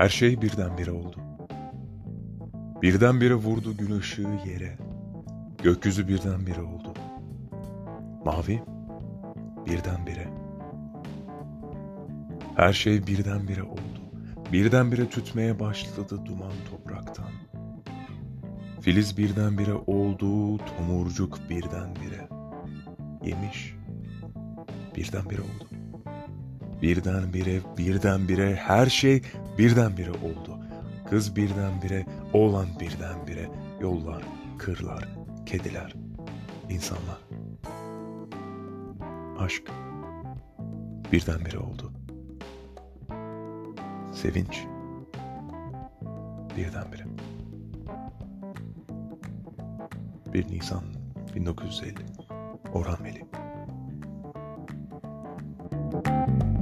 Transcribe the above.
Her şey birdenbire oldu. Birdenbire vurdu gün ışığı yere. Gökyüzü birdenbire oldu. Mavi birdenbire. Her şey birdenbire oldu. Birdenbire tütmeye başladı duman topraktan. Filiz birdenbire oldu, tomurcuk birdenbire. Yemiş birdenbire oldu. Birdenbire her şey birdenbire oldu. Kız birdenbire, oğlan birdenbire, yollar, kırlar, kediler, insanlar. Aşk birdenbire oldu. Sevinç birdenbire. 1 Nisan 1950. Orhan Veli.